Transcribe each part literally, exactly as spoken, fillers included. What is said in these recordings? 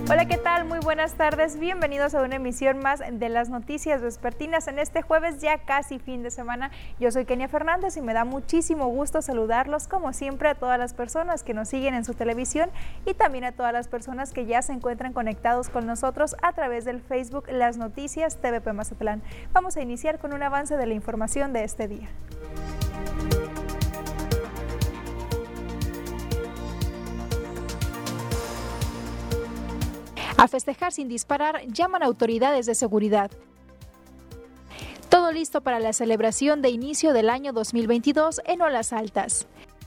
Hola, ¿qué tal? Muy buenas tardes. Bienvenidos a una emisión más de las noticias vespertinas en este jueves, ya casi fin de semana. Yo soy Kenia Fernández y me da muchísimo gusto saludarlos, como siempre, a todas las personas que nos siguen en su televisión y también a todas las personas que ya se encuentran conectados con nosotros a través del Facebook Las Noticias T V P Mazatlán. Vamos a iniciar con un avance de la información de este día. A festejar sin disparar, llaman autoridades de seguridad. Todo listo para la celebración de inicio del año dos mil veintidós en Olas Altas.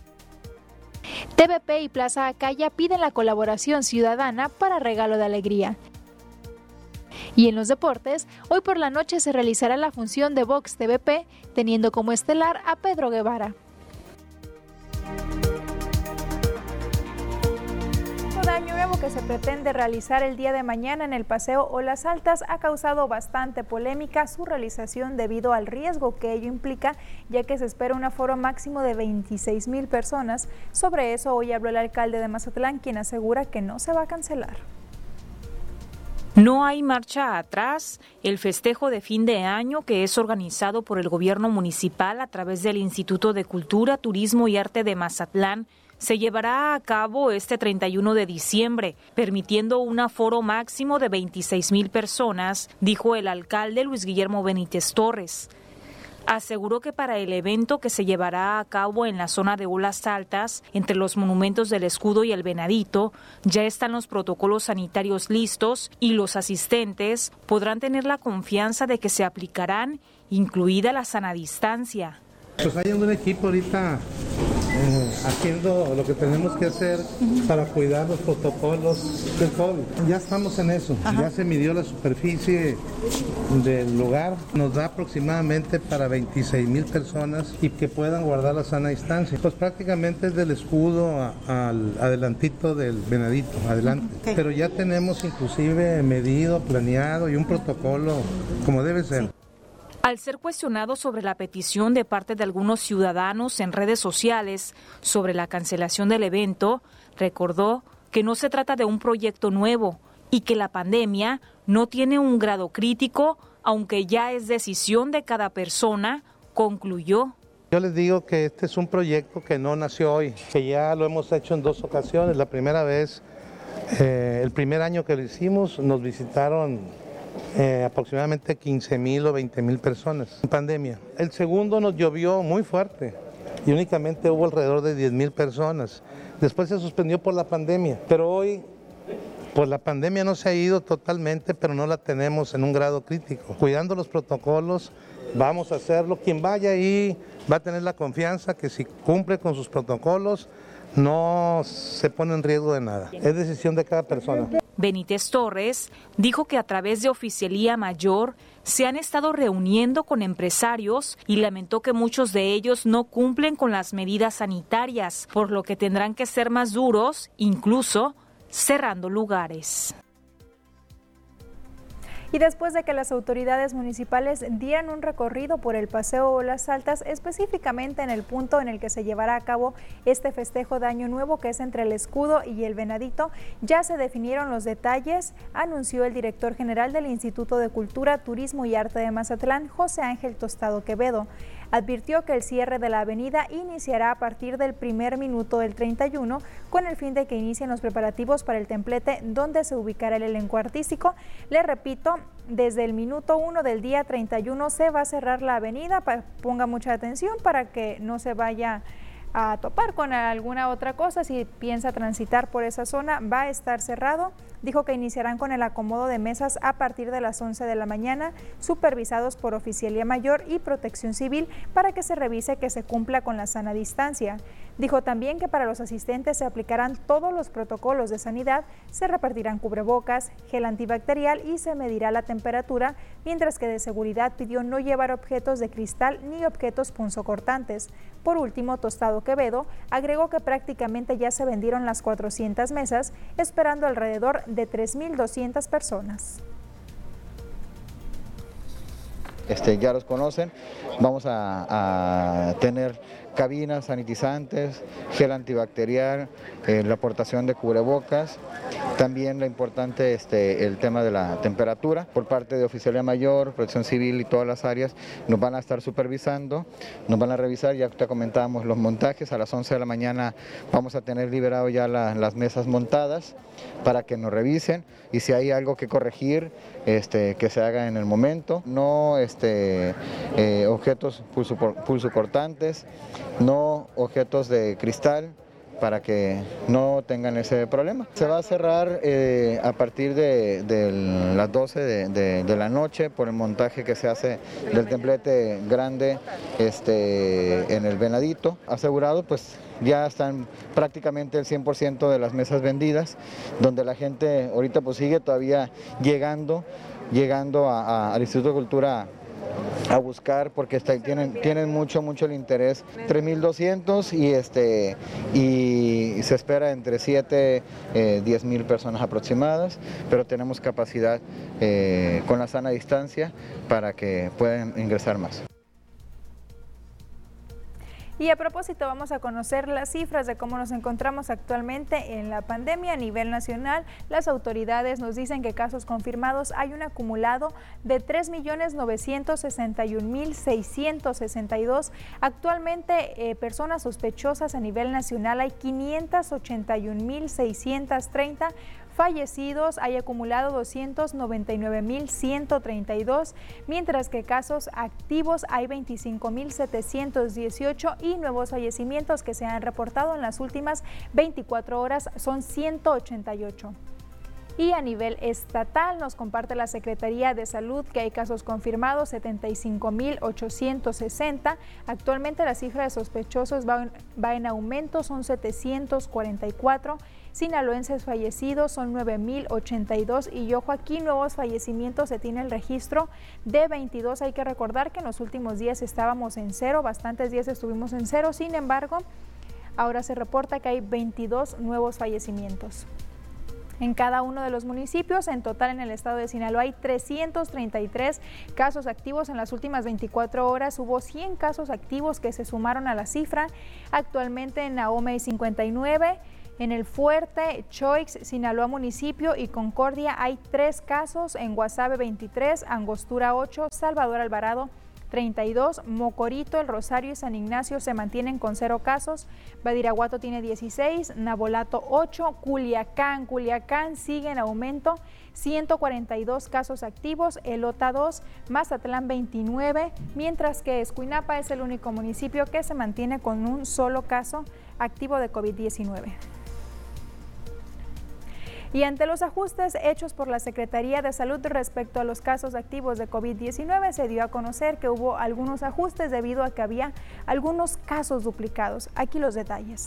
T V P y Plaza Acaya piden la colaboración ciudadana para regalo de alegría. Y en los deportes, hoy por la noche se realizará la función de Vox T V P, teniendo como estelar a Pedro Guevara. El año nuevo que se pretende realizar el día de mañana en el Paseo Olas Altas ha causado bastante polémica su realización debido al riesgo que ello implica, ya que se espera un aforo máximo de veintiséis mil personas. Sobre eso hoy habló el alcalde de Mazatlán, quien asegura que no se va a cancelar. No hay marcha atrás. El festejo de fin de año, que es organizado por el gobierno municipal a través del Instituto de Cultura, Turismo y Arte de Mazatlán, se llevará a cabo este treinta y uno de diciembre, permitiendo un aforo máximo de veintiséis mil personas, dijo el alcalde Luis Guillermo Benítez Torres. Aseguró que para el evento, que se llevará a cabo en la zona de Olas Altas, entre los monumentos del Escudo y el Venadito, ya están los protocolos sanitarios listos y los asistentes podrán tener la confianza de que se aplicarán, incluida la sana distancia. Pues hay un equipo ahorita eh, haciendo lo que tenemos que hacer para cuidar los protocolos del COVID. Ya estamos en eso. Ajá. Ya se midió la superficie del lugar. Nos da aproximadamente para veintiséis mil personas y que puedan guardar la sana distancia. Pues prácticamente es del Escudo a, al adelantito del Venadito, adelante. Okay. Pero ya tenemos inclusive medido, planeado y un protocolo como debe ser. Sí. Al ser cuestionado sobre la petición de parte de algunos ciudadanos en redes sociales sobre la cancelación del evento, recordó que no se trata de un proyecto nuevo y que la pandemia no tiene un grado crítico, aunque ya es decisión de cada persona, concluyó. Yo les digo que este es un proyecto que no nació hoy, que ya lo hemos hecho en dos ocasiones. La primera vez, eh, el primer año que lo hicimos, nos visitaron Eh, aproximadamente quince mil o veinte mil personas en pandemia. El segundo nos llovió muy fuerte y únicamente hubo alrededor de diez mil personas. Después se suspendió por la pandemia, pero hoy pues la pandemia no se ha ido totalmente, pero no la tenemos en un grado crítico. Cuidando los protocolos, vamos a hacerlo. Quien vaya ahí va a tener la confianza que si cumple con sus protocolos no se pone en riesgo de nada. Es decisión de cada persona. Benítez Torres dijo que a través de Oficialía Mayor se han estado reuniendo con empresarios y lamentó que muchos de ellos no cumplen con las medidas sanitarias, por lo que tendrán que ser más duros, incluso cerrando lugares. Y después de que las autoridades municipales dieran un recorrido por el Paseo Olas Altas, específicamente en el punto en el que se llevará a cabo este festejo de Año Nuevo, que es entre el Escudo y el Venadito, ya se definieron los detalles, anunció el director general del Instituto de Cultura, Turismo y Arte de Mazatlán, José Ángel Tostado Quevedo. Advirtió que el cierre de la avenida iniciará a partir del primer minuto del treinta y uno, con el fin de que inicien los preparativos para el templete donde se ubicará el elenco artístico. Le repito, desde el minuto uno del día treinta y uno se va a cerrar la avenida. Ponga mucha atención para que no se vaya a topar con alguna otra cosa. Si piensa transitar por esa zona, va a estar cerrado. Dijo que iniciarán con el acomodo de mesas a partir de las once de la mañana, supervisados por Oficialía Mayor y Protección Civil, para que se revise que se cumpla con la sana distancia. Dijo también que para los asistentes se aplicarán todos los protocolos de sanidad, se repartirán cubrebocas, gel antibacterial y se medirá la temperatura, mientras que de seguridad pidió no llevar objetos de cristal ni objetos punzocortantes. Por último, Tostado Quevedo agregó que prácticamente ya se vendieron las cuatrocientas mesas, esperando alrededor de tres mil doscientas personas. Este, ya los conocen, vamos a, a tener cabinas sanitizantes, gel antibacterial, eh, la aportación de cubrebocas, también lo importante este, el tema de la temperatura por parte de Oficialía Mayor, Protección Civil y todas las áreas nos van a estar supervisando, nos van a revisar, ya te comentábamos los montajes, a las once de la mañana vamos a tener liberado ya la, las mesas montadas para que nos revisen y si hay algo que corregir, este, que se haga en el momento, no este, eh, objetos pulso, pulsocortantes, no objetos de cristal, para que no tengan ese problema. Se va a cerrar eh, a partir de, de las doce de, de, de la noche por el montaje que se hace del templete grande este, en el Venadito. Asegurado, pues ya están prácticamente el cien por ciento de las mesas vendidas, donde la gente ahorita pues sigue todavía llegando, llegando a, a, al Instituto de Cultura a buscar porque está, tienen, tienen mucho, mucho el interés, tres mil doscientos y, este, y se espera entre siete, diez mil personas aproximadas, pero tenemos capacidad eh, con la sana distancia para que puedan ingresar más. Y a propósito, vamos a conocer las cifras de cómo nos encontramos actualmente en la pandemia a nivel nacional. Las autoridades nos dicen que casos confirmados hay un acumulado de tres millones novecientos sesenta y un mil seiscientos sesenta y dos. Actualmente, eh, personas sospechosas a nivel nacional hay quinientos ochenta y un mil seiscientos treinta. Fallecidos hay acumulado doscientos noventa y nueve mil ciento treinta y dos, mientras que casos activos hay veinticinco mil setecientos dieciocho y nuevos fallecimientos que se han reportado en las últimas veinticuatro horas son ciento ochenta y ocho. Y a nivel estatal nos comparte la Secretaría de Salud que hay casos confirmados setenta y cinco mil ochocientos sesenta. Actualmente la cifra de sospechosos va en, va en aumento, son setecientos cuarenta y cuatro. Sinaloenses fallecidos son nueve mil ochenta y dos y ojo aquí, nuevos fallecimientos se tiene el registro de veintidós. Hay que recordar que en los últimos días estábamos en cero, bastantes días estuvimos en cero, sin embargo, ahora se reporta que hay veintidós nuevos fallecimientos. En cada uno de los municipios, en total en el estado de Sinaloa hay trescientos treinta y tres casos activos. En las últimas veinticuatro horas hubo cien casos activos que se sumaron a la cifra. Actualmente en Ahome hay cincuenta y nueve, en El Fuerte, Choix, Sinaloa municipio y Concordia hay tres casos, en Guasave veintitrés, Angostura ocho, Salvador Alvarado treinta y dos, Mocorito, El Rosario y San Ignacio se mantienen con cero casos, Badiraguato tiene dieciséis, Nabolato ocho, Culiacán, Culiacán sigue en aumento, ciento cuarenta y dos casos activos, Elota dos, Mazatlán veintinueve, mientras que Escuinapa es el único municipio que se mantiene con un solo caso activo de COVID diecinueve. Y ante los ajustes hechos por la Secretaría de Salud respecto a los casos activos de COVID diecinueve, se dio a conocer que hubo algunos ajustes debido a que había algunos casos duplicados. Aquí los detalles.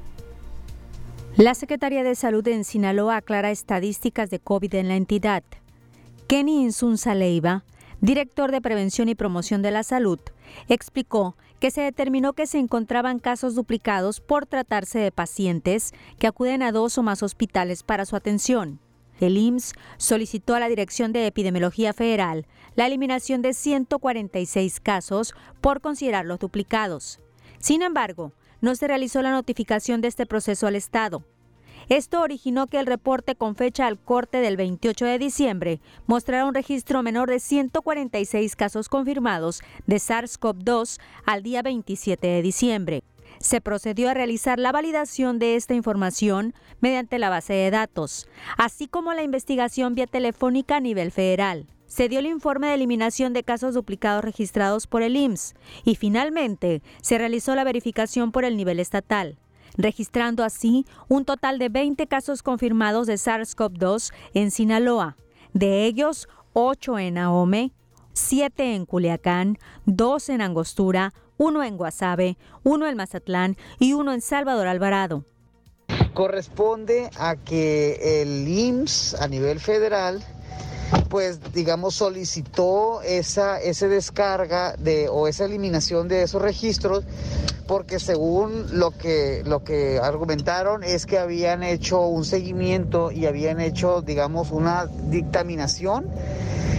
La Secretaría de Salud en Sinaloa aclara estadísticas de COVID en la entidad. Kenny Insunza Leiva, director de Prevención y Promoción de la Salud, explicó que se determinó que se encontraban casos duplicados por tratarse de pacientes que acuden a dos o más hospitales para su atención. El I M S S solicitó a la Dirección de Epidemiología Federal la eliminación de ciento cuarenta y seis casos por considerarlos duplicados. Sin embargo, no se realizó la notificación de este proceso al Estado. Esto originó que el reporte con fecha al corte del veintiocho de diciembre mostrara un registro menor de ciento cuarenta y seis casos confirmados de SARS CoV dos al día veintisiete de diciembre. Se procedió a realizar la validación de esta información mediante la base de datos, así como la investigación vía telefónica a nivel federal. Se dio el informe de eliminación de casos duplicados registrados por el I M S S y finalmente se realizó la verificación por el nivel estatal, registrando así un total de veinte casos confirmados de SARS CoV dos en Sinaloa, de ellos ocho en Ahome, siete en Culiacán, dos en Angostura, uno en Guasave, uno en Mazatlán y uno en Salvador Alvarado. Corresponde a que el I M S S a nivel federal pues digamos solicitó esa, esa descarga de, o esa eliminación de esos registros porque según lo que, lo que argumentaron es que habían hecho un seguimiento y habían hecho digamos una dictaminación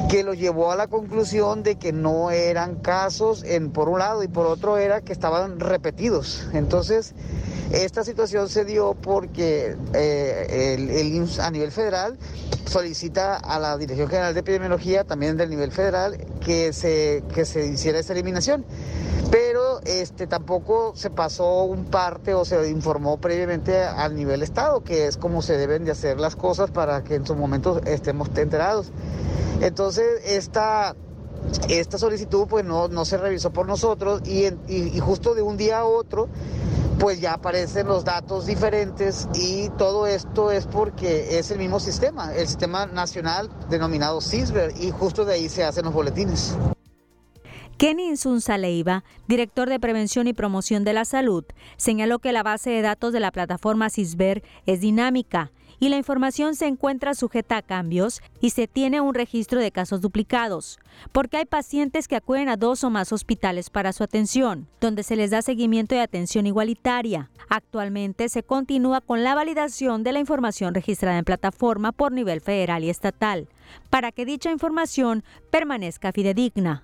que lo llevó a la conclusión de que no eran casos, en, por un lado, y por otro era que estaban repetidos. Entonces, esta situación se dio porque eh, el, el I M S S a nivel federal solicita a la Dirección General de Epidemiología, también del nivel federal, que se, que se hiciera esta eliminación. Pero este, tampoco se pasó un parte o se informó previamente al nivel estado, que es como se deben de hacer las cosas para que en su momento estemos enterados. Entonces, esta, esta solicitud pues no, no se revisó por nosotros y, y, y justo de un día a otro pues ya aparecen los datos diferentes, y todo esto es porque es el mismo sistema, el sistema nacional denominado CISBER, y justo de ahí se hacen los boletines. Kenny Insunza Leiva, director de Prevención y Promoción de la Salud, señaló que la base de datos de la plataforma CISBER es dinámica y la información se encuentra sujeta a cambios y se tiene un registro de casos duplicados, porque hay pacientes que acuden a dos o más hospitales para su atención, donde se les da seguimiento y atención igualitaria. Actualmente se continúa con la validación de la información registrada en plataforma por nivel federal y estatal, para que dicha información permanezca fidedigna.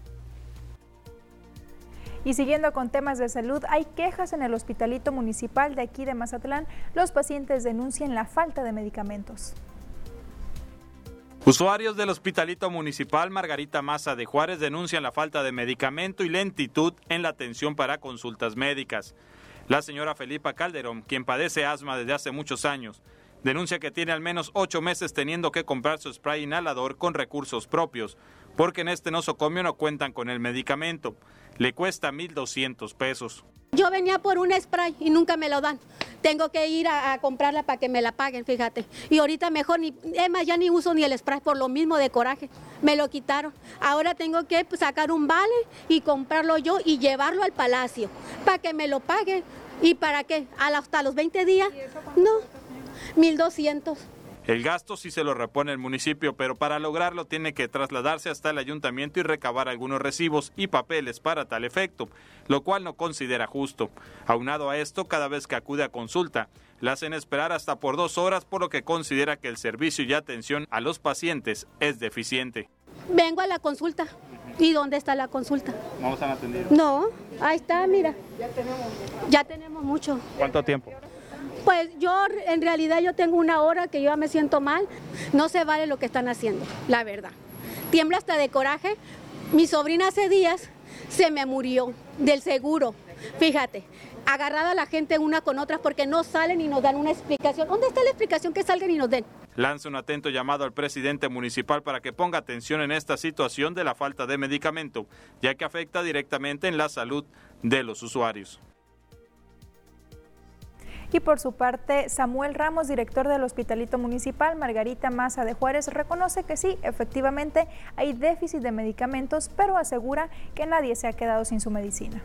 Y siguiendo con temas de salud, hay quejas en el hospitalito municipal de aquí de Mazatlán. Los pacientes denuncian la falta de medicamentos. Usuarios del Hospitalito Municipal Margarita Maza de Juárez denuncian la falta de medicamento y lentitud en la atención para consultas médicas. La señora Felipa Calderón, quien padece asma desde hace muchos años, denuncia que tiene al menos ocho meses teniendo que comprar su spray inhalador con recursos propios, porque en este nosocomio no cuentan con el medicamento. Le cuesta mil doscientos pesos. Yo venía por un spray y nunca me lo dan. Tengo que ir a, a comprarla para que me la paguen, fíjate. Y ahorita mejor, ni, es más, ya ni uso ni el spray por lo mismo de coraje. Me lo quitaron. Ahora tengo que pues, sacar un vale y comprarlo yo y llevarlo al palacio para que me lo paguen. ¿Y para qué? ¿Hasta los veinte días? No, mil doscientos. El gasto sí se lo repone el municipio, pero para lograrlo tiene que trasladarse hasta el ayuntamiento y recabar algunos recibos y papeles para tal efecto, lo cual no considera justo. Aunado a esto, cada vez que acude a consulta, la hacen esperar hasta por dos horas, por lo que considera que el servicio y atención a los pacientes es deficiente. Vengo a la consulta. ¿Y dónde está la consulta? ¿No los han atendido? No, ahí está, mira. Ya tenemos. Ya tenemos mucho. ¿Cuánto tiempo? Pues yo, en realidad, yo tengo una hora que yo ya me siento mal. No se vale lo que están haciendo, la verdad. Tiembla hasta de coraje. Mi sobrina hace días se me murió del seguro. Fíjate, agarrada la gente una con otras porque no salen y nos dan una explicación. ¿Dónde está la explicación que salgan y nos den? Lanza un atento llamado al presidente municipal para que ponga atención en esta situación de la falta de medicamento, ya que afecta directamente en la salud de los usuarios. Y por su parte, Samuel Ramos, director del Hospitalito Municipal Margarita Maza de Juárez, reconoce que sí, efectivamente hay déficit de medicamentos, pero asegura que nadie se ha quedado sin su medicina.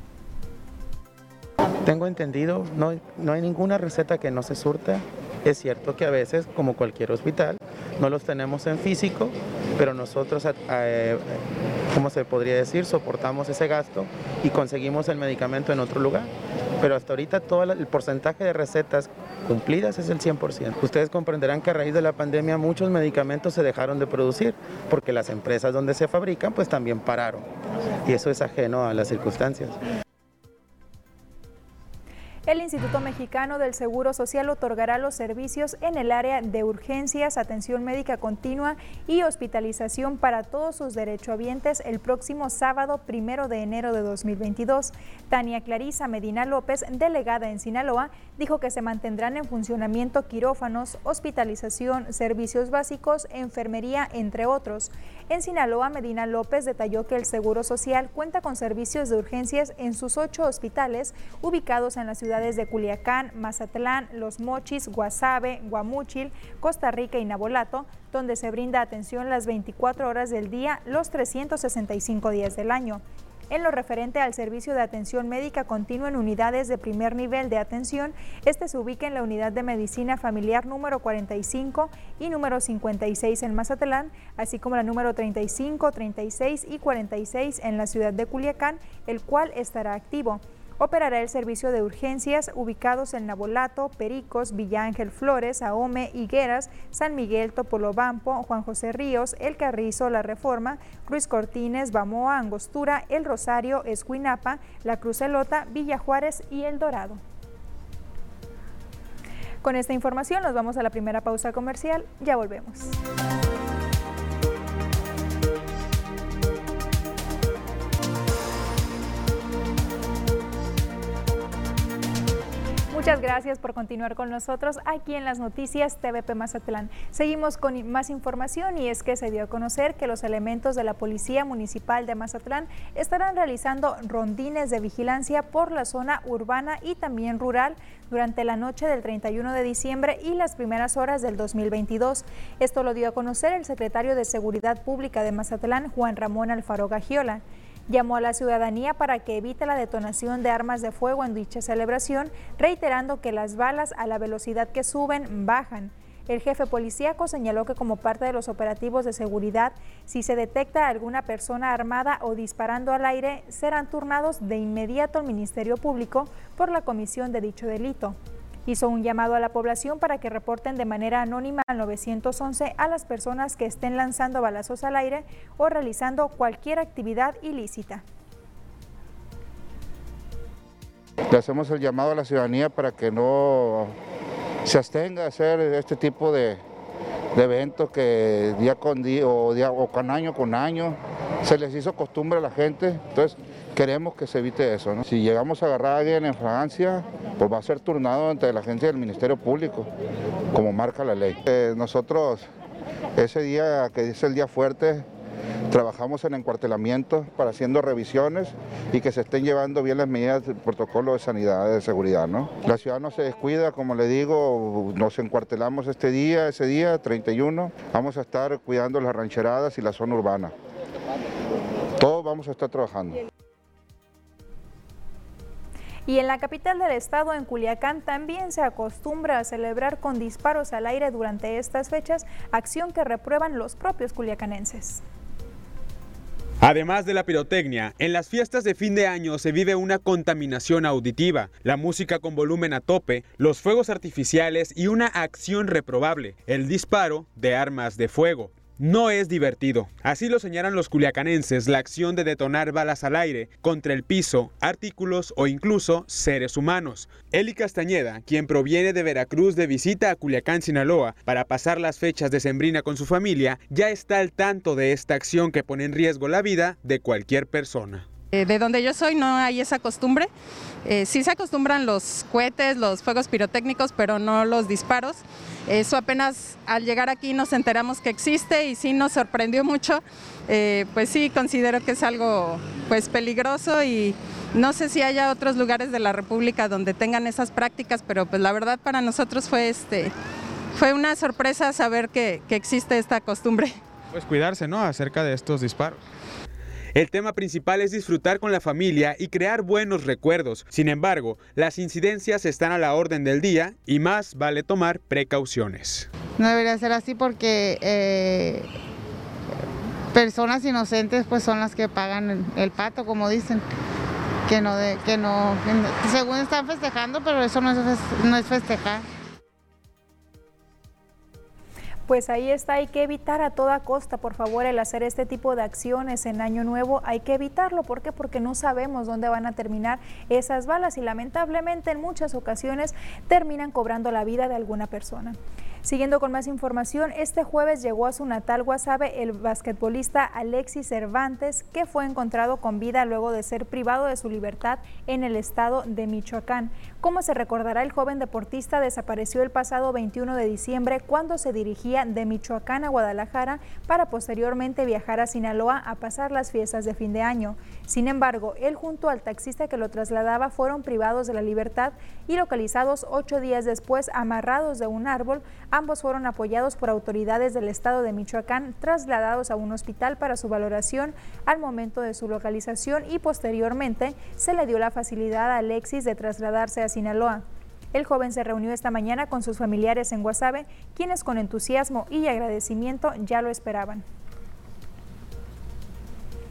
Tengo entendido, no, no hay ninguna receta que no se surta. Es cierto que a veces, como cualquier hospital, no los tenemos en físico, pero nosotros, eh, ¿cómo se podría decir? Soportamos ese gasto y conseguimos el medicamento en otro lugar. Pero hasta ahorita todo el porcentaje de recetas cumplidas es el cien por ciento. Ustedes comprenderán que a raíz de la pandemia muchos medicamentos se dejaron de producir porque las empresas donde se fabrican pues también pararon y eso es ajeno a las circunstancias. El Instituto Mexicano del Seguro Social otorgará los servicios en el área de urgencias, atención médica continua y hospitalización para todos sus derechohabientes el próximo sábado primero de enero de dos mil veintidós. Tania Clarisa Medina López, delegada en Sinaloa, dijo que se mantendrán en funcionamiento quirófanos, hospitalización, servicios básicos, enfermería, entre otros. En Sinaloa, Medina López detalló que el Seguro Social cuenta con servicios de urgencias en sus ocho hospitales ubicados en las ciudades de Culiacán, Mazatlán, Los Mochis, Guasave, Guamúchil, Costa Rica y Nabolato, donde se brinda atención las veinticuatro horas del día, los trescientos sesenta y cinco días del año. En lo referente al servicio de atención médica continua en unidades de primer nivel de atención, este se ubica en la unidad de medicina familiar número cuarenta y cinco y número cincuenta y seis en Mazatlán, así como la número treinta y cinco, treinta y seis y cuarenta y seis en la ciudad de Culiacán, el cual estará activo. Operará el servicio de urgencias ubicados en Nabolato, Pericos, Villa Ángel Flores, Ahome, Higueras, San Miguel, Topolobampo, Juan José Ríos, El Carrizo, La Reforma, Ruiz Cortines, Bamoa, Angostura, El Rosario, Escuinapa, La Crucelota, Villa Juárez y El Dorado. Con esta información nos vamos a la primera pausa comercial, ya volvemos. Muchas gracias por continuar con nosotros aquí en las noticias T V P Mazatlán. Seguimos con más información y es que se dio a conocer que los elementos de la Policía Municipal de Mazatlán estarán realizando rondines de vigilancia por la zona urbana y también rural durante la noche del treinta y uno de diciembre y las primeras horas del dos mil veintidós. Esto lo dio a conocer el secretario de Seguridad Pública de Mazatlán, Juan Ramón Alfaro Gagiola. Llamó a la ciudadanía para que evite la detonación de armas de fuego en dicha celebración, reiterando que las balas a la velocidad que suben bajan. El jefe policíaco señaló que como parte de los operativos de seguridad, si se detecta a alguna persona armada o disparando al aire, serán turnados de inmediato al Ministerio Público por la comisión de dicho delito. Hizo un llamado a la población para que reporten de manera anónima al nueve once a las personas que estén lanzando balazos al aire o realizando cualquier actividad ilícita. Le hacemos el llamado a la ciudadanía para que no se abstenga de hacer este tipo de, de eventos que día con día o, día, o con año con año se les hizo costumbre a la gente. Entonces queremos que se evite eso, ¿no? Si llegamos a agarrar a alguien en fragancia, pues va a ser turnado ante la agencia del Ministerio Público, como marca la ley. Eh, nosotros, ese día que es el día fuerte, trabajamos en encuartelamiento para haciendo revisiones y que se estén llevando bien las medidas del protocolo de sanidad, de seguridad, ¿no? La ciudad no se descuida, como le digo, nos encuartelamos este día, ese día, treinta y uno, vamos a estar cuidando las rancheradas y la zona urbana. Todos vamos a estar trabajando. Y en la capital del estado, en Culiacán, también se acostumbra a celebrar con disparos al aire durante estas fechas, acción que reprueban los propios culiacanenses. Además de la pirotecnia, en las fiestas de fin de año se vive una contaminación auditiva, la música con volumen a tope, los fuegos artificiales y una acción reprobable, el disparo de armas de fuego. No es divertido. Así lo señalan los culiacanenses, la acción de detonar balas al aire, contra el piso, artículos o incluso seres humanos. Eli Castañeda, quien proviene de Veracruz de visita a Culiacán, Sinaloa, para pasar las fechas de sembrina con su familia, ya está al tanto de esta acción que pone en riesgo la vida de cualquier persona. De donde yo soy no hay esa costumbre, eh, sí se acostumbran los cohetes, los fuegos pirotécnicos, pero no los disparos. Eso apenas al llegar aquí nos enteramos que existe y sí nos sorprendió mucho, eh, pues sí considero que es algo pues peligroso y no sé si haya otros lugares de la República donde tengan esas prácticas, pero pues la verdad para nosotros fue, este, fue una sorpresa saber que, que existe esta costumbre. Pues cuidarse, ¿no?, acerca de estos disparos. El tema principal es disfrutar con la familia y crear buenos recuerdos. Sin embargo, las incidencias están a la orden del día y más vale tomar precauciones. No debería ser así porque eh, personas inocentes pues son las que pagan el pato, como dicen, que no, de, que no, que según están festejando, pero eso no es, no es festejar. Pues ahí está, hay que evitar a toda costa, por favor, el hacer este tipo de acciones en Año Nuevo, hay que evitarlo. ¿Por qué? Porque no sabemos dónde van a terminar esas balas y lamentablemente en muchas ocasiones terminan cobrando la vida de alguna persona. Siguiendo con más información, este jueves llegó a su natal Guasave el basquetbolista Alexis Cervantes, que fue encontrado con vida luego de ser privado de su libertad en el estado de Michoacán. Como se recordará, el joven deportista desapareció el pasado veintiuno de diciembre cuando se dirigía de Michoacán a Guadalajara para posteriormente viajar a Sinaloa a pasar las fiestas de fin de año. Sin embargo, él junto al taxista que lo trasladaba fueron privados de la libertad y localizados ocho días después amarrados de un árbol. Ambos fueron apoyados por autoridades del estado de Michoacán, trasladados a un hospital para su valoración al momento de su localización y posteriormente se le dio la facilidad a Alexis de trasladarse a Sinaloa. El joven se reunió esta mañana con sus familiares en Guasave, quienes con entusiasmo y agradecimiento ya lo esperaban.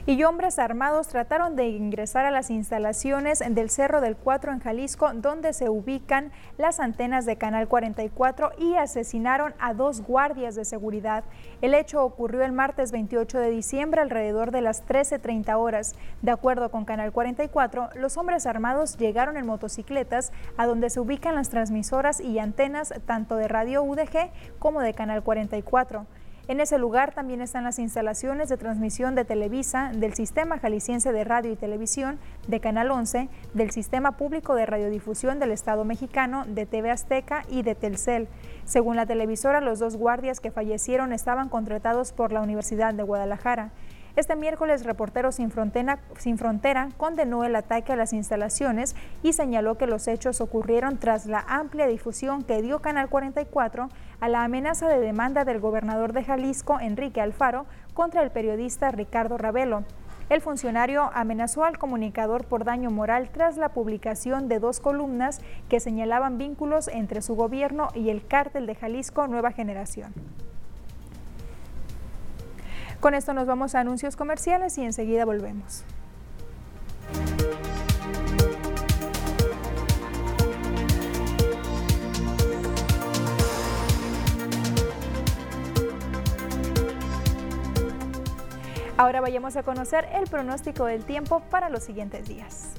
Y hombres armados trataron de ingresar a las instalaciones del Cerro del Cuatro en Jalisco, donde se ubican las antenas de Canal cuarenta y cuatro, y asesinaron a dos guardias de seguridad. El hecho ocurrió el martes veintiocho de diciembre alrededor de las trece treinta horas. De acuerdo con Canal cuarenta y cuatro, los hombres armados llegaron en motocicletas a donde se ubican las transmisoras y antenas tanto de Radio U D G como de Canal cuarenta y cuatro. En ese lugar también están las instalaciones de transmisión de Televisa, del Sistema Jalisciense de Radio y Televisión, de Canal once, del Sistema Público de Radiodifusión del Estado Mexicano, de T V Azteca y de Telcel. Según la televisora, los dos guardias que fallecieron estaban contratados por la Universidad de Guadalajara. Este miércoles, Reporteros Sin Frontera, Sin Frontera condenó el ataque a las instalaciones y señaló que los hechos ocurrieron tras la amplia difusión que dio Canal cuarenta y cuatro a la amenaza de demanda del gobernador de Jalisco, Enrique Alfaro, contra el periodista Ricardo Ravelo. El funcionario amenazó al comunicador por daño moral tras la publicación de dos columnas que señalaban vínculos entre su gobierno y el cártel de Jalisco Nueva Generación. Con esto nos vamos a anuncios comerciales y enseguida volvemos. Ahora vayamos a conocer el pronóstico del tiempo para los siguientes días.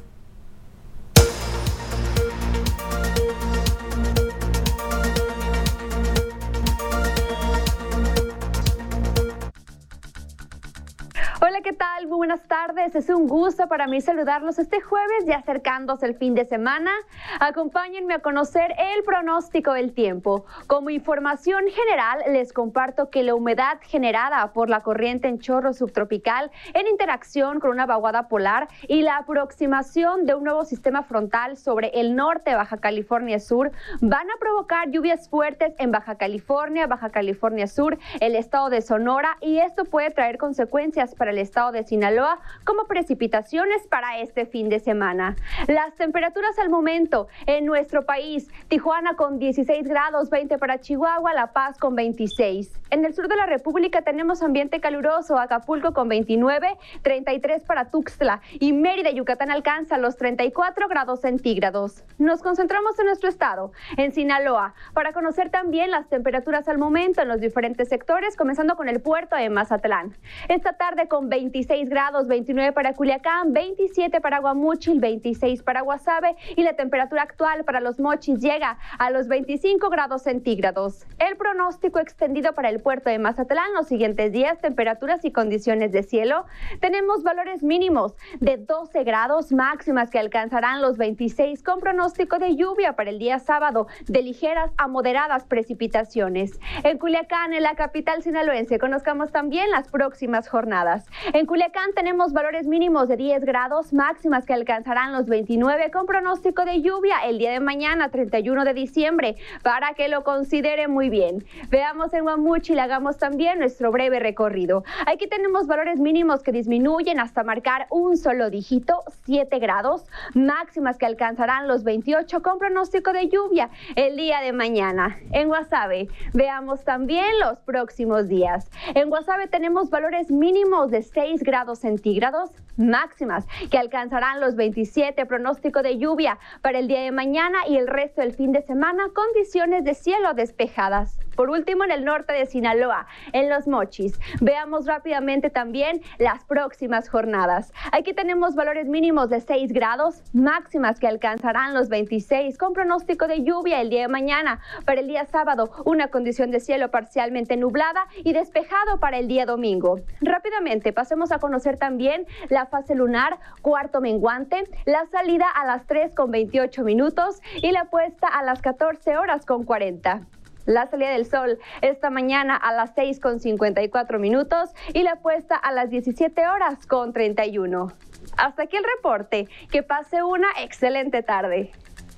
Hola, ¿qué tal? Muy buenas tardes. Es un gusto para mí saludarlos este jueves, ya acercándose el fin de semana. Acompáñenme a conocer el pronóstico del tiempo. Como información general, les comparto que la humedad generada por la corriente en chorro subtropical en interacción con una vaguada polar y la aproximación de un nuevo sistema frontal sobre el norte de Baja California Sur van a provocar lluvias fuertes en Baja California, Baja California Sur, el estado de Sonora, y esto puede traer consecuencias para el estado de Sinaloa como precipitaciones para este fin de semana. Las temperaturas al momento en nuestro país: Tijuana con dieciséis grados, veinte para Chihuahua, La Paz con veintiséis. En el sur de la República tenemos ambiente caluroso, Acapulco con veintinueve, treinta y tres para Tuxtla, y Mérida, Yucatán alcanza los treinta y cuatro grados centígrados. Nos concentramos en nuestro estado, en Sinaloa, para conocer también las temperaturas al momento en los diferentes sectores, comenzando con el puerto de Mazatlán. Esta tarde con veintiséis grados, veintinueve para Culiacán, veintisiete para Guamúchil, veintiséis para Guasave, y la temperatura actual para Los Mochis llega a los veinticinco grados centígrados. El pronóstico extendido para el puerto de Mazatlán: los siguientes días, temperaturas y condiciones de cielo. Tenemos valores mínimos de doce grados, máximas que alcanzarán los veintiséis, con pronóstico de lluvia para el día sábado de ligeras a moderadas precipitaciones. En Culiacán, en la capital sinaloense, conozcamos también las próximas jornadas. En Culiacán tenemos valores mínimos de diez grados, máximas que alcanzarán los veintinueve, con pronóstico de lluvia el día de mañana, treinta y uno de diciembre, para que lo considere muy bien. Veamos en Guamúchil, hagamos también nuestro breve recorrido. Aquí tenemos valores mínimos que disminuyen hasta marcar un solo dígito, siete grados, máximas que alcanzarán los veintiocho, con pronóstico de lluvia el día de mañana. En Guasave, veamos también los próximos días. En Guasave tenemos valores mínimos de seis grados centígrados, máximas que alcanzarán los veintisiete, pronóstico de lluvia para el día de mañana y el resto del fin de semana, condiciones de cielo despejadas. Por último, en el norte de Sinaloa, en Los Mochis, veamos rápidamente también las próximas jornadas. Aquí tenemos valores mínimos de seis grados, máximas que alcanzarán los veintiséis, con pronóstico de lluvia el día de mañana. Para el día sábado, una condición de cielo parcialmente nublada y despejado para el día domingo. Rápidamente pasemos a conocer también la fase lunar, cuarto menguante, la salida a las tres con veintiocho minutos y la puesta a las catorce horas con cuarenta. La salida del sol esta mañana a las seis con cincuenta y cuatro minutos y la puesta a las diecisiete horas con treinta y uno. Hasta aquí el reporte. Que pase una excelente tarde.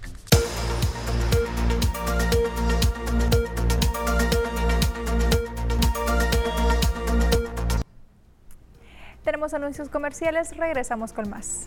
Tenemos anuncios comerciales, regresamos con más.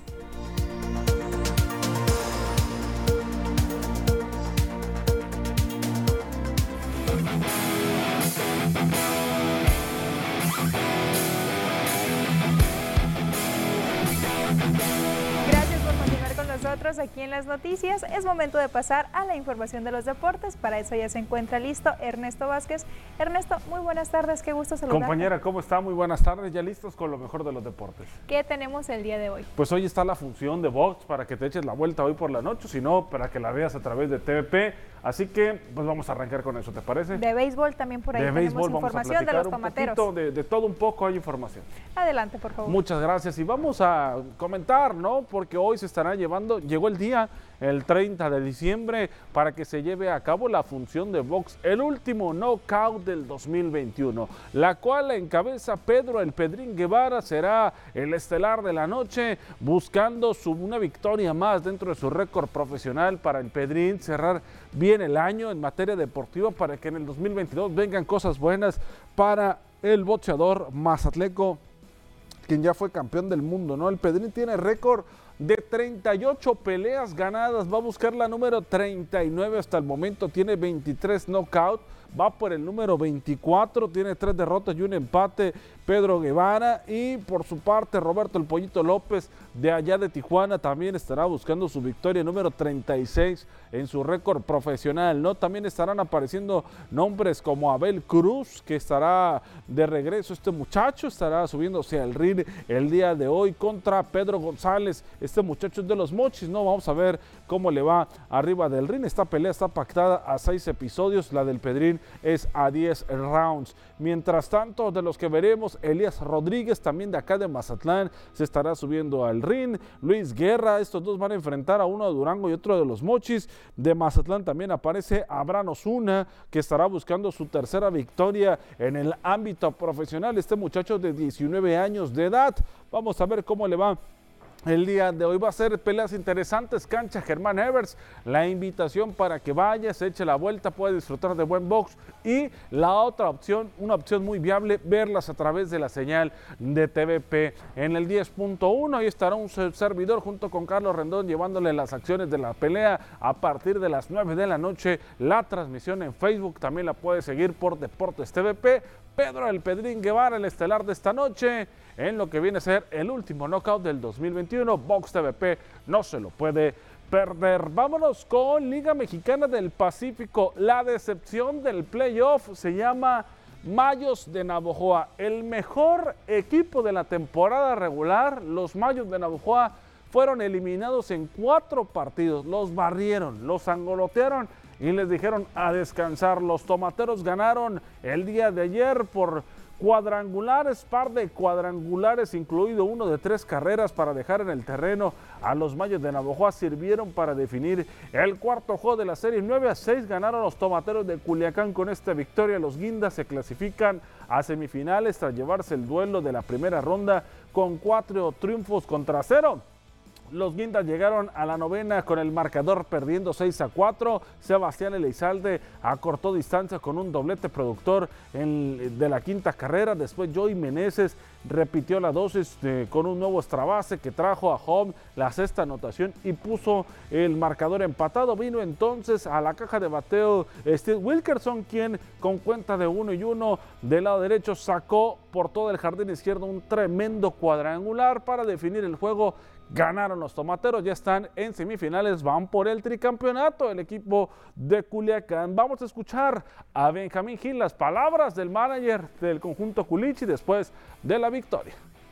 nosotros aquí en las noticias. Es momento de pasar a la información de los deportes. Para eso ya se encuentra listo Ernesto Vázquez. Ernesto, muy buenas tardes, qué gusto saludarte. Compañera, ¿cómo está? Muy buenas tardes, ya listos con lo mejor de los deportes. ¿Qué tenemos el día de hoy? Pues hoy está la función de box para que te eches la vuelta hoy por la noche, si no, para que la veas a través de T V P. Así que, pues vamos a arrancar con eso, ¿te parece? De béisbol también por ahí de tenemos béisbol, información de los tomateros. Un de, de todo un poco hay información. Adelante, por favor. Muchas gracias y vamos a comentar, ¿no? Porque hoy se estará llevando, llegó el día, el treinta de diciembre, para que se lleve a cabo la función de box, el último knockout del dos mil veintiuno, la cual encabeza Pedro el Pedrín Guevara, será el estelar de la noche, buscando su, una victoria más dentro de su récord profesional para el Pedrín, cerrar bien el año en materia deportiva para que en el dos mil veintidós vengan cosas buenas para el boxeador mazatleco, quien ya fue campeón del mundo, ¿no? El Pedrín tiene récord de treinta y ocho peleas ganadas, va a buscar la número treinta y nueve hasta el momento, tiene veintitrés knockouts, va por el número veinticuatro, tiene tres derrotas y un empate Pedro Guevara, y por su parte Roberto el Pollito López de allá de Tijuana también estará buscando su victoria número treinta y seis en su récord profesional, ¿no? También estarán apareciendo nombres como Abel Cruz, que estará de regreso, este muchacho estará subiéndose al ring el día de hoy contra Pedro González, este muchacho es de los Mochis, ¿no? Vamos a ver cómo le va arriba del ring. Esta pelea está pactada a seis episodios, la del Pedrín es a diez rounds. Mientras tanto, de los que veremos, Elías Rodríguez, también de acá de Mazatlán, se estará subiendo al ring. Luis Guerra, estos dos van a enfrentar a uno de Durango y otro de los Mochis. De Mazatlán también aparece Abraham Osuna, que estará buscando su tercera victoria en el ámbito profesional. Este muchacho de diecinueve años de edad. Vamos a ver cómo le va el día de hoy. Va a ser peleas interesantes, cancha Germán Evers, la invitación para que vaya, se eche la vuelta, puede disfrutar de buen box, y la otra opción, una opción muy viable, verlas a través de la señal de T V P en el diez punto uno. Ahí estará un servidor junto con Carlos Rendón llevándole las acciones de la pelea a partir de las nueve de la noche. La transmisión en Facebook también la puede seguir por Deportes T V P. Pedro el Pedrín Guevara, el estelar de esta noche, en lo que viene a ser el último knockout del dos mil veintiuno. Box T V P no se lo puede perder. Vámonos con Liga Mexicana del Pacífico. La decepción del playoff se llama Mayos de Navojoa. El mejor equipo de la temporada regular, los Mayos de Navojoa, fueron eliminados en cuatro partidos. Los barrieron, los angolotearon y les dijeron a descansar. Los tomateros ganaron el día de ayer por cuadrangulares, par de cuadrangulares, incluido uno de tres carreras para dejar en el terreno a los Mayos de Navojoa. Sirvieron para definir el cuarto juego de la serie. nueve a seis ganaron los tomateros de Culiacán. Con esta victoria, los Guindas se clasifican a semifinales tras llevarse el duelo de la primera ronda con cuatro triunfos contra cero. Los Guindas llegaron a la novena con el marcador perdiendo seis a cuatro. Sebastián Elizalde acortó distancia con un doblete productor en, de la quinta carrera. Después Joey Meneses repitió la dosis eh, con un nuevo extra base que trajo a home la sexta anotación y puso el marcador empatado. Vino entonces a la caja de bateo Steve Wilkerson, quien con cuenta de uno y uno del lado derecho sacó por todo el jardín izquierdo un tremendo cuadrangular para definir el juego. Ganaron los tomateros, ya están en semifinales, van por el tricampeonato el equipo de Culiacán. Vamos a escuchar a Benjamín Gil, las palabras del manager del conjunto Culichi después de la victoria.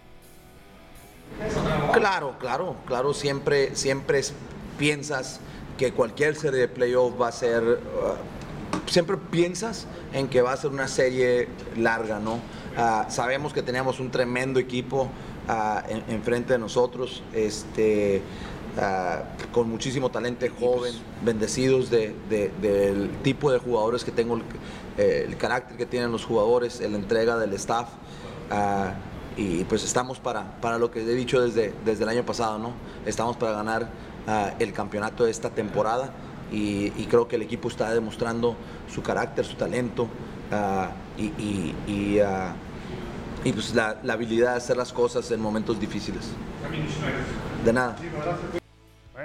Claro, claro, claro, siempre, siempre piensas que cualquier serie de playoff va a ser, uh, siempre piensas en que va a ser una serie larga, ¿no? Uh, sabemos que teníamos un tremendo equipo Uh, en, enfrente de nosotros, este, uh, con muchísimo talento joven, bendecidos de, de, del tipo de jugadores que tengo, el, eh, el carácter que tienen los jugadores, la entrega del staff, uh, y pues estamos para, para lo que he dicho desde, desde el año pasado, ¿no? Estamos para ganar uh, el campeonato de esta temporada, y, y creo que el equipo está demostrando su carácter, su talento, uh, y, y, y uh, y pues la, la habilidad de hacer las cosas en momentos difíciles. De nada. Bueno,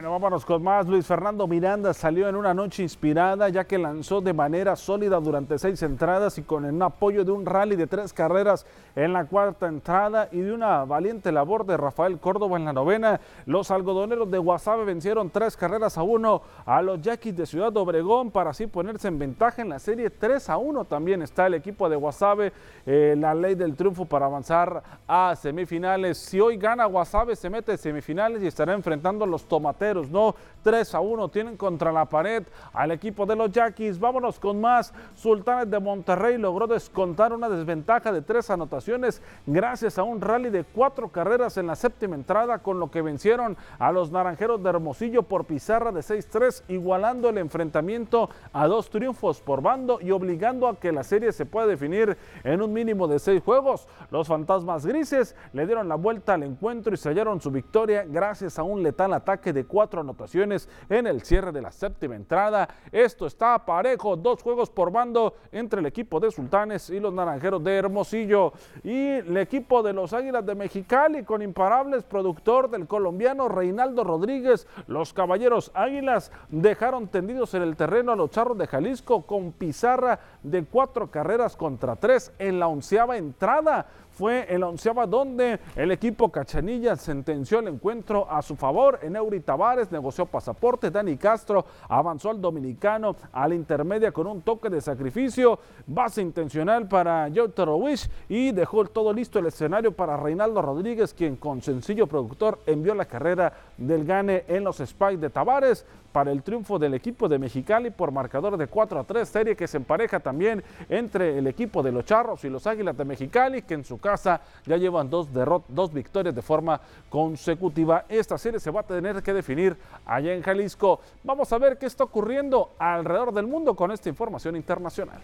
Bueno, vámonos con más. Luis Fernando Miranda salió en una noche inspirada, ya que lanzó de manera sólida durante seis entradas y con el apoyo de un rally de tres carreras en la cuarta entrada y de una valiente labor de Rafael Córdoba en la novena. Los algodoneros de Guasave vencieron tres carreras a uno a los Yaquis de Ciudad Obregón para así ponerse en ventaja en la serie tres a uno. También está el equipo de Guasave, eh, la ley del triunfo para avanzar a semifinales. Si hoy gana Guasave, se mete en semifinales y estará enfrentando a los Tomateros, ¿no? tres a uno tienen contra la pared al equipo de los Yaquis. Vámonos con más. Sultanes de Monterrey logró descontar una desventaja de tres anotaciones gracias a un rally de cuatro carreras en la séptima entrada, con lo que vencieron a los Naranjeros de Hermosillo por pizarra de seis tres, igualando el enfrentamiento a dos triunfos por bando y obligando a que la serie se pueda definir en un mínimo de seis juegos. Los Fantasmas Grises le dieron la vuelta al encuentro y sellaron su victoria gracias a un letal ataque de cuatro anotaciones en el cierre de la séptima entrada. Esto está parejo, dos juegos por bando entre el equipo de Sultanes y los Naranjeros de Hermosillo. Y el equipo de los Águilas de Mexicali, con imparables productor del colombiano Reinaldo Rodríguez, los Caballeros Águilas dejaron tendidos en el terreno a los Charros de Jalisco con pizarra de cuatro carreras contra tres en la onceava entrada. Fue en la onceava donde el equipo Cachanilla sentenció el encuentro a su favor. Eneuri Tavares negoció pasaporte, Dani Castro avanzó al dominicano a la intermedia con un toque de sacrificio, base intencional para Joe Torowish, y dejó todo listo el escenario para Reinaldo Rodríguez, quien con sencillo productor envió la carrera del gane en los Spikes de Tavares para el triunfo del equipo de Mexicali por marcador de cuatro a tres, serie que se empareja también entre el equipo de los Charros y los Águilas de Mexicali, que en su casa ya llevan dos, derrot dos victorias de forma consecutiva. Esta serie se va a tener que definir allá en Jalisco. Vamos a ver qué está ocurriendo alrededor del mundo con esta información internacional.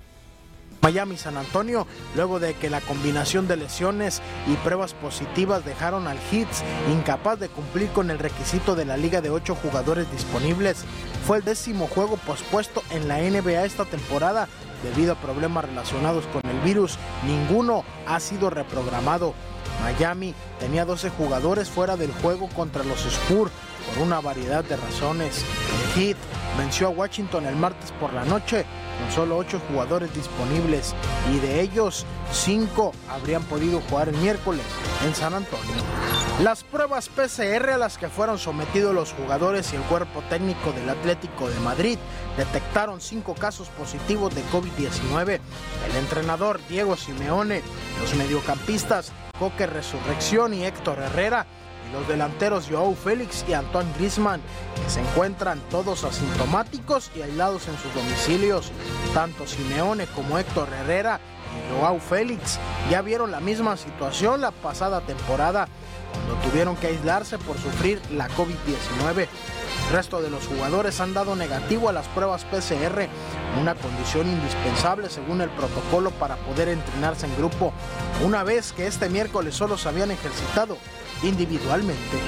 Miami San Antonio, luego de que la combinación de lesiones y pruebas positivas dejaron al Heat incapaz de cumplir con el requisito de la liga de ocho jugadores disponibles. Fue el décimo juego pospuesto en la N B A esta temporada debido a problemas relacionados con el virus. Ninguno ha sido reprogramado. Miami tenía doce jugadores fuera del juego contra los Spurs por una variedad de razones. El Heat venció a Washington el martes por la noche con solo ocho jugadores disponibles, y de ellos cinco habrían podido jugar el miércoles en San Antonio. Las pruebas P C R a las que fueron sometidos los jugadores y el cuerpo técnico del Atlético de Madrid detectaron cinco casos positivos de COVID diecinueve. El entrenador Diego Simeone, los mediocampistas Coque Resurrección y Héctor Herrera, y los delanteros Joao Félix y Antoine Griezmann, que se encuentran todos asintomáticos y aislados en sus domicilios. Tanto Simeone como Héctor Herrera y Joao Félix ya vieron la misma situación la pasada temporada, cuando tuvieron que aislarse por sufrir la COVID diecinueve. El resto de los jugadores han dado negativo a las pruebas P C R, una condición indispensable según el protocolo para poder entrenarse en grupo, una vez que este miércoles solo se habían ejercitado individualmente.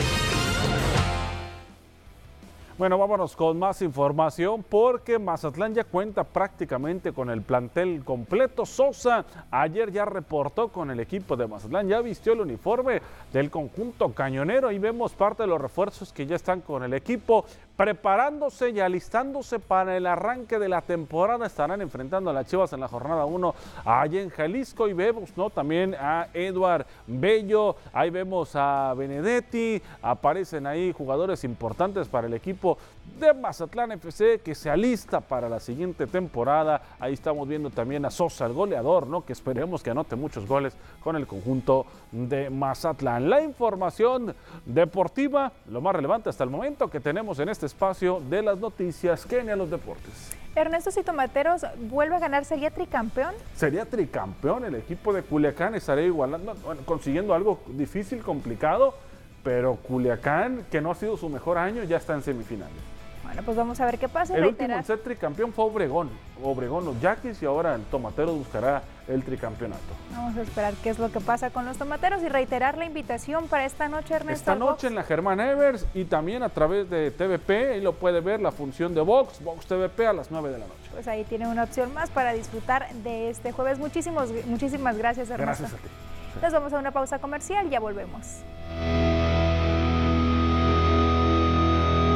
Bueno, vámonos con más información porque Mazatlán ya cuenta prácticamente con el plantel completo. Sosa ayer ya reportó con el equipo de Mazatlán, ya vistió el uniforme del conjunto cañonero. Ahí vemos parte de los refuerzos que ya están con el equipo, preparándose y alistándose para el arranque de la temporada. Estarán enfrentando a las Chivas en la jornada uno allá en Jalisco, y vemos, ¿no?, también a Eduard Bello, ahí vemos a Benedetti, aparecen ahí jugadores importantes para el equipo de Mazatlán F C que se alista para la siguiente temporada. Ahí estamos viendo también a Sosa, el goleador, ¿no?, que esperemos que anote muchos goles con el conjunto de Mazatlán. La información deportiva, lo más relevante hasta el momento que tenemos en este espacio de las noticias. Kenia, los deportes. Ernesto, si Tomateros vuelve a ganar, ¿sería tricampeón? Sería tricampeón. El equipo de Culiacán estaría igualando, bueno, consiguiendo algo difícil, complicado, pero Culiacán, que no ha sido su mejor año, ya está en semifinales. Bueno, pues vamos a ver qué pasa. El último en ser tricampeón fue Obregón. Obregón, los Yaquis, y ahora el Tomateros buscará el tricampeonato. Vamos a esperar qué es lo que pasa con los Tomateros y reiterar la invitación para esta noche, Ernesto. Esta noche en la Germán Evers y también a través de T V P, ahí lo puede ver la función de Vox, Vox T V P a las nueve de la noche. Pues ahí tiene una opción más para disfrutar de este jueves. Muchísimos, muchísimas gracias, Ernesto. Gracias a ti. Nos vamos a una pausa comercial, ya volvemos.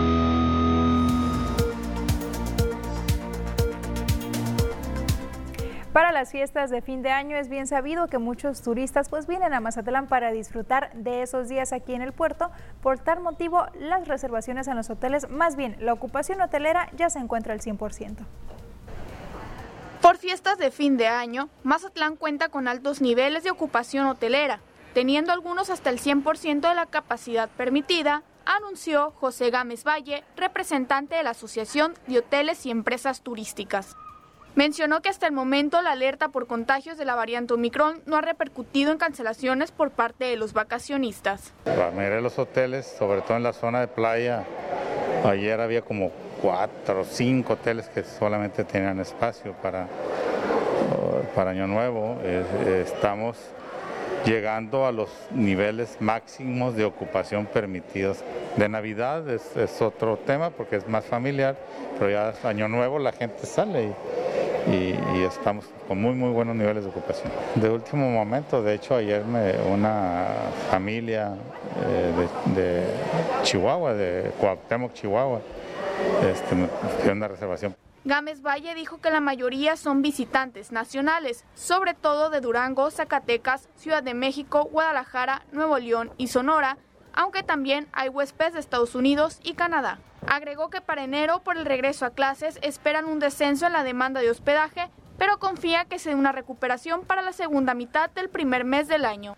Para las fiestas de fin de año es bien sabido que muchos turistas pues vienen a Mazatlán para disfrutar de esos días aquí en el puerto. Por tal motivo, las reservaciones en los hoteles, más bien la ocupación hotelera, ya se encuentra al cien por ciento. Por fiestas de fin de año, Mazatlán cuenta con altos niveles de ocupación hotelera, teniendo algunos hasta el cien por ciento de la capacidad permitida, anunció José Gámez Valle, representante de la Asociación de Hoteles y Empresas Turísticas. Mencionó que hasta el momento la alerta por contagios de la variante Omicron no ha repercutido en cancelaciones por parte de los vacacionistas. La mayoría de los hoteles, sobre todo en la zona de playa, ayer había como cuatro o cinco hoteles que solamente tenían espacio para, para Año Nuevo. Estamos llegando a los niveles máximos de ocupación permitidos. De Navidad es, es otro tema porque es más familiar, pero ya Año Nuevo la gente sale y, y, y estamos con muy muy buenos niveles de ocupación. De último momento, de hecho ayer me, una familia eh, de, de Chihuahua, de Cuauhtémoc, Chihuahua, este, me dio una reservación. Gámez Valle dijo que la mayoría son visitantes nacionales, sobre todo de Durango, Zacatecas, Ciudad de México, Guadalajara, Nuevo León y Sonora, aunque también hay huéspedes de Estados Unidos y Canadá. Agregó que para enero, por el regreso a clases, esperan un descenso en la demanda de hospedaje, pero confía que se dé una recuperación para la segunda mitad del primer mes del año.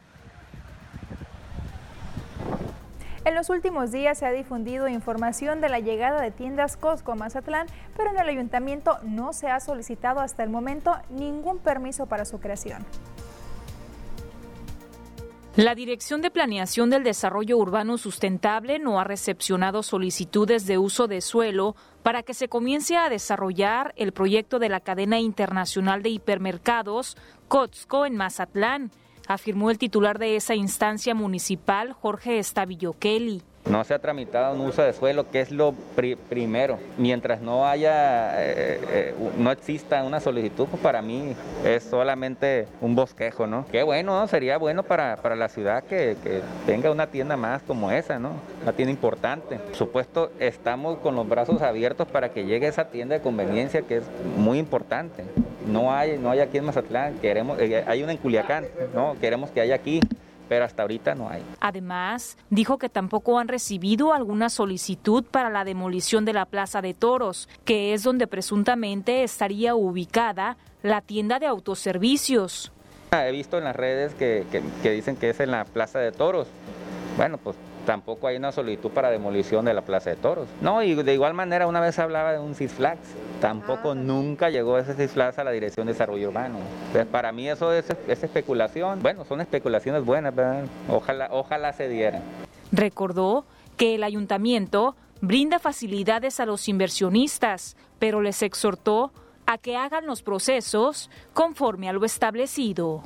En los últimos días se ha difundido información de la llegada de tiendas Costco a Mazatlán, pero en el ayuntamiento no se ha solicitado hasta el momento ningún permiso para su creación. La Dirección de Planeación del Desarrollo Urbano Sustentable no ha recepcionado solicitudes de uso de suelo para que se comience a desarrollar el proyecto de la cadena internacional de hipermercados Costco en Mazatlán, afirmó el titular de esa instancia municipal, Jorge Estavillo Kelly. No se ha tramitado un uso de suelo, que es lo pri primero. Mientras no haya, eh, eh, no exista una solicitud, pues para mí es solamente un bosquejo, ¿no? Qué bueno, ¿no? Sería bueno para, para la ciudad que, que tenga una tienda más como esa, ¿no? Una tienda importante. Por supuesto, estamos con los brazos abiertos para que llegue esa tienda de conveniencia, que es muy importante. No hay, no hay aquí en Mazatlán, queremos, eh, hay una en Culiacán, ¿no? Queremos que haya aquí, pero hasta ahorita no hay. Además, dijo que tampoco han recibido alguna solicitud para la demolición de la Plaza de Toros, que es donde presuntamente estaría ubicada la tienda de autoservicios. He visto en las redes que, que, que dicen que es en la Plaza de Toros. Bueno, pues tampoco hay una solicitud para demolición de la Plaza de Toros. No, y de igual manera una vez hablaba de un Six Flags. Tampoco ah, nunca llegó ese Six Flags a la Dirección de Desarrollo Urbano. Entonces, para mí eso es, es especulación. Bueno, son especulaciones buenas, ¿verdad? Ojalá, ojalá se dieran. Recordó que el ayuntamiento brinda facilidades a los inversionistas, pero les exhortó a que hagan los procesos conforme a lo establecido.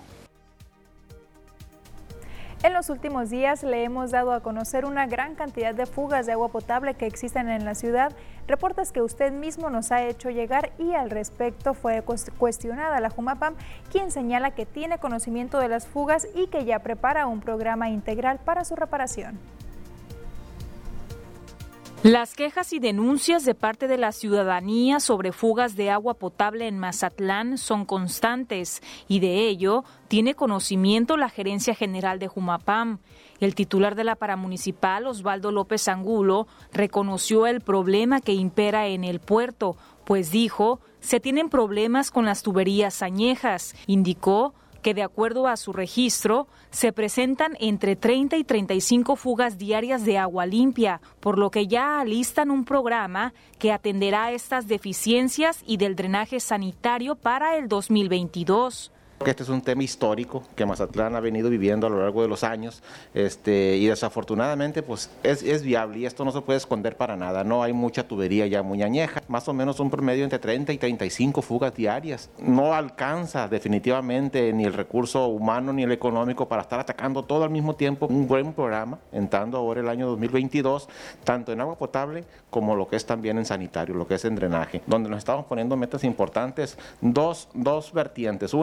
En los últimos días le hemos dado a conocer una gran cantidad de fugas de agua potable que existen en la ciudad, reportes que usted mismo nos ha hecho llegar, y al respecto fue cuestionada la Jumapam, quien señala que tiene conocimiento de las fugas y que ya prepara un programa integral para su reparación. Las quejas y denuncias de parte de la ciudadanía sobre fugas de agua potable en Mazatlán son constantes, y de ello tiene conocimiento la Gerencia General de Jumapam. El titular de la paramunicipal, Osvaldo López Angulo, reconoció el problema que impera en el puerto, pues dijo, se tienen problemas con las tuberías añejas. Indicó que de acuerdo a su registro, se presentan entre treinta y treinta y cinco fugas diarias de agua limpia, por lo que ya alistan un programa que atenderá estas deficiencias y del drenaje sanitario para el dos mil veintidós. Este es un tema histórico que Mazatlán ha venido viviendo a lo largo de los años, este, y desafortunadamente pues es, es viable, y esto no se puede esconder para nada. No hay mucha tubería ya muy añeja, más o menos un promedio entre treinta y treinta y cinco fugas diarias. No alcanza definitivamente ni el recurso humano ni el económico para estar atacando todo al mismo tiempo. Un buen programa, entrando ahora el año dos mil veintidós, tanto en agua potable como lo que es también en sanitario, lo que es en drenaje, donde nos estamos poniendo metas importantes, dos, dos vertientes. Una, bajar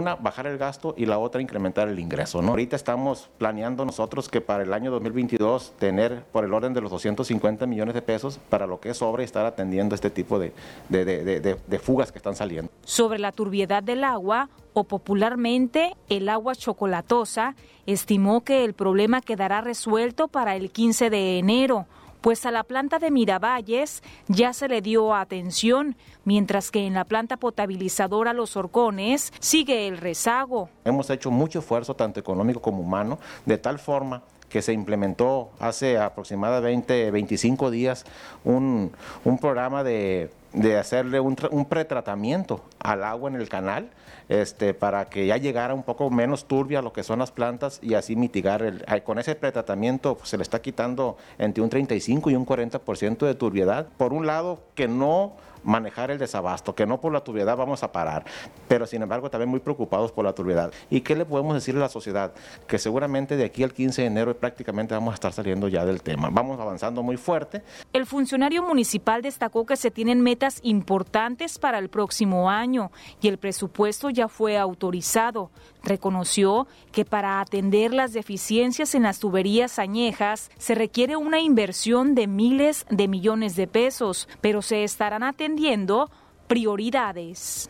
el gasto y la otra incrementar el ingreso, ¿no? Ahorita estamos planeando nosotros que para el año dos mil veintidós tener por el orden de los doscientos cincuenta millones de pesos para lo que es obra y estar atendiendo este tipo de, de, de, de, de, de fugas que están saliendo. Sobre la turbiedad del agua, o popularmente el agua chocolatosa, estimó que el problema quedará resuelto para el quince de enero, pues a la planta de Miravalles ya se le dio atención, mientras que en la planta potabilizadora Los Horcones sigue el rezago. Hemos hecho mucho esfuerzo, tanto económico como humano, de tal forma que se implementó hace aproximadamente veinticinco días un, un programa de, de hacerle un, un pretratamiento al agua en el canal, este, para que ya llegara un poco menos turbia lo que son las plantas y así mitigar, el, con ese pretratamiento pues, se le está quitando entre un treinta y cinco y un cuarenta por ciento de turbiedad. Por un lado, que no manejar el desabasto, que no por la turbiedad vamos a parar, pero sin embargo también muy preocupados por la turbiedad. ¿Y qué le podemos decir a la sociedad? Que seguramente de aquí al quince de enero prácticamente vamos a estar saliendo ya del tema. Vamos avanzando muy fuerte. El funcionario municipal destacó que se tienen metas importantes para el próximo año y el presupuesto ya fue autorizado. Reconoció que para atender las deficiencias en las tuberías añejas se requiere una inversión de miles de millones de pesos, pero se estarán atendiendo prioridades.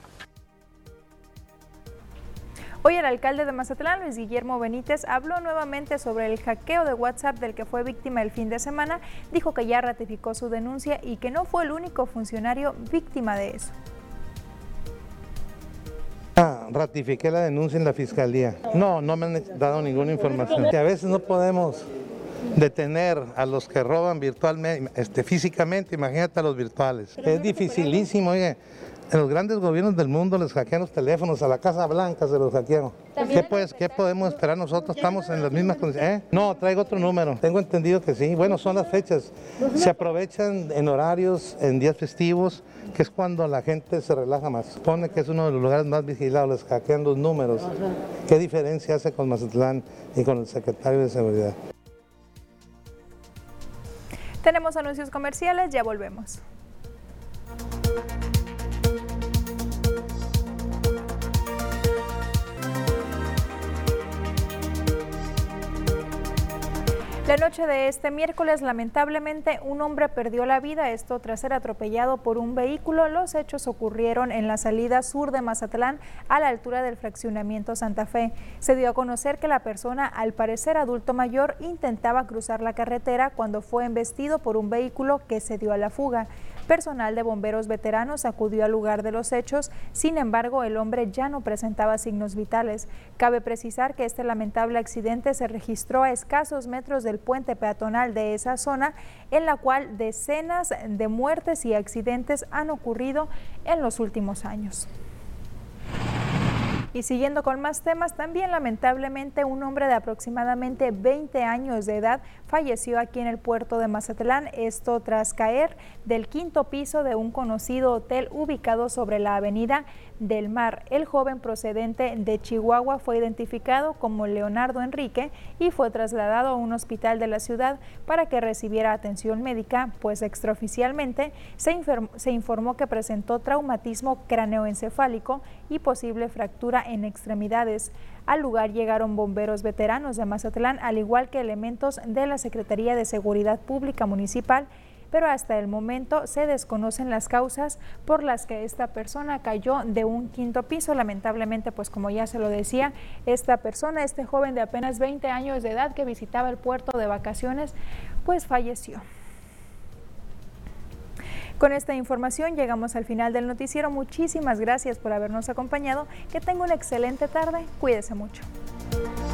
Hoy el alcalde de Mazatlán, Luis Guillermo Benítez, habló nuevamente sobre el hackeo de WhatsApp del que fue víctima el fin de semana. Dijo que ya ratificó su denuncia y que no fue el único funcionario víctima de eso. Ah, ratifiqué la denuncia en la fiscalía. No, no me han dado ninguna información. Que a veces no podemos detener a los que roban virtualmente, este, físicamente, imagínate a los virtuales. Es dificilísimo, oye. En los grandes gobiernos del mundo les hackean los teléfonos, a la Casa Blanca se los hackearon. ¿Qué, pues, ¿Qué podemos esperar nosotros? Estamos en las mismas condiciones. ¿Eh? No, traigo otro número. Tengo entendido que sí. Bueno, son las fechas. Se aprovechan en horarios, en días festivos, que es cuando la gente se relaja más. Supone que es uno de los lugares más vigilados, les hackean los números. ¿Qué diferencia hace con Mazatlán y con el secretario de Seguridad? Tenemos anuncios comerciales, ya volvemos. La noche de este miércoles, lamentablemente, un hombre perdió la vida, esto tras ser atropellado por un vehículo. Los hechos ocurrieron en la salida sur de Mazatlán, a la altura del fraccionamiento Santa Fe. Se dio a conocer que la persona, al parecer adulto mayor, intentaba cruzar la carretera cuando fue embestido por un vehículo que se dio a la fuga. Personal de bomberos veteranos acudió al lugar de los hechos, sin embargo, el hombre ya no presentaba signos vitales. Cabe precisar que este lamentable accidente se registró a escasos metros del puente peatonal de esa zona, en la cual decenas de muertes y accidentes han ocurrido en los últimos años. Y siguiendo con más temas, también lamentablemente un hombre de aproximadamente veinte años de edad falleció aquí en el puerto de Mazatlán, esto tras caer del quinto piso de un conocido hotel ubicado sobre la avenida del Mar. El joven procedente de Chihuahua fue identificado como Leonardo Enrique y fue trasladado a un hospital de la ciudad para que recibiera atención médica, pues extraoficialmente se informó, se informó que presentó traumatismo craneoencefálico y posible fractura en extremidades. Al lugar llegaron bomberos veteranos de Mazatlán, al igual que elementos de la Secretaría de Seguridad Pública Municipal, pero hasta el momento se desconocen las causas por las que esta persona cayó de un quinto piso. Lamentablemente, pues como ya se lo decía, esta persona, este joven de apenas veinte años de edad que visitaba el puerto de vacaciones, pues falleció. Con esta información llegamos al final del noticiero. Muchísimas gracias por habernos acompañado. Que tenga una excelente tarde. Cuídese mucho.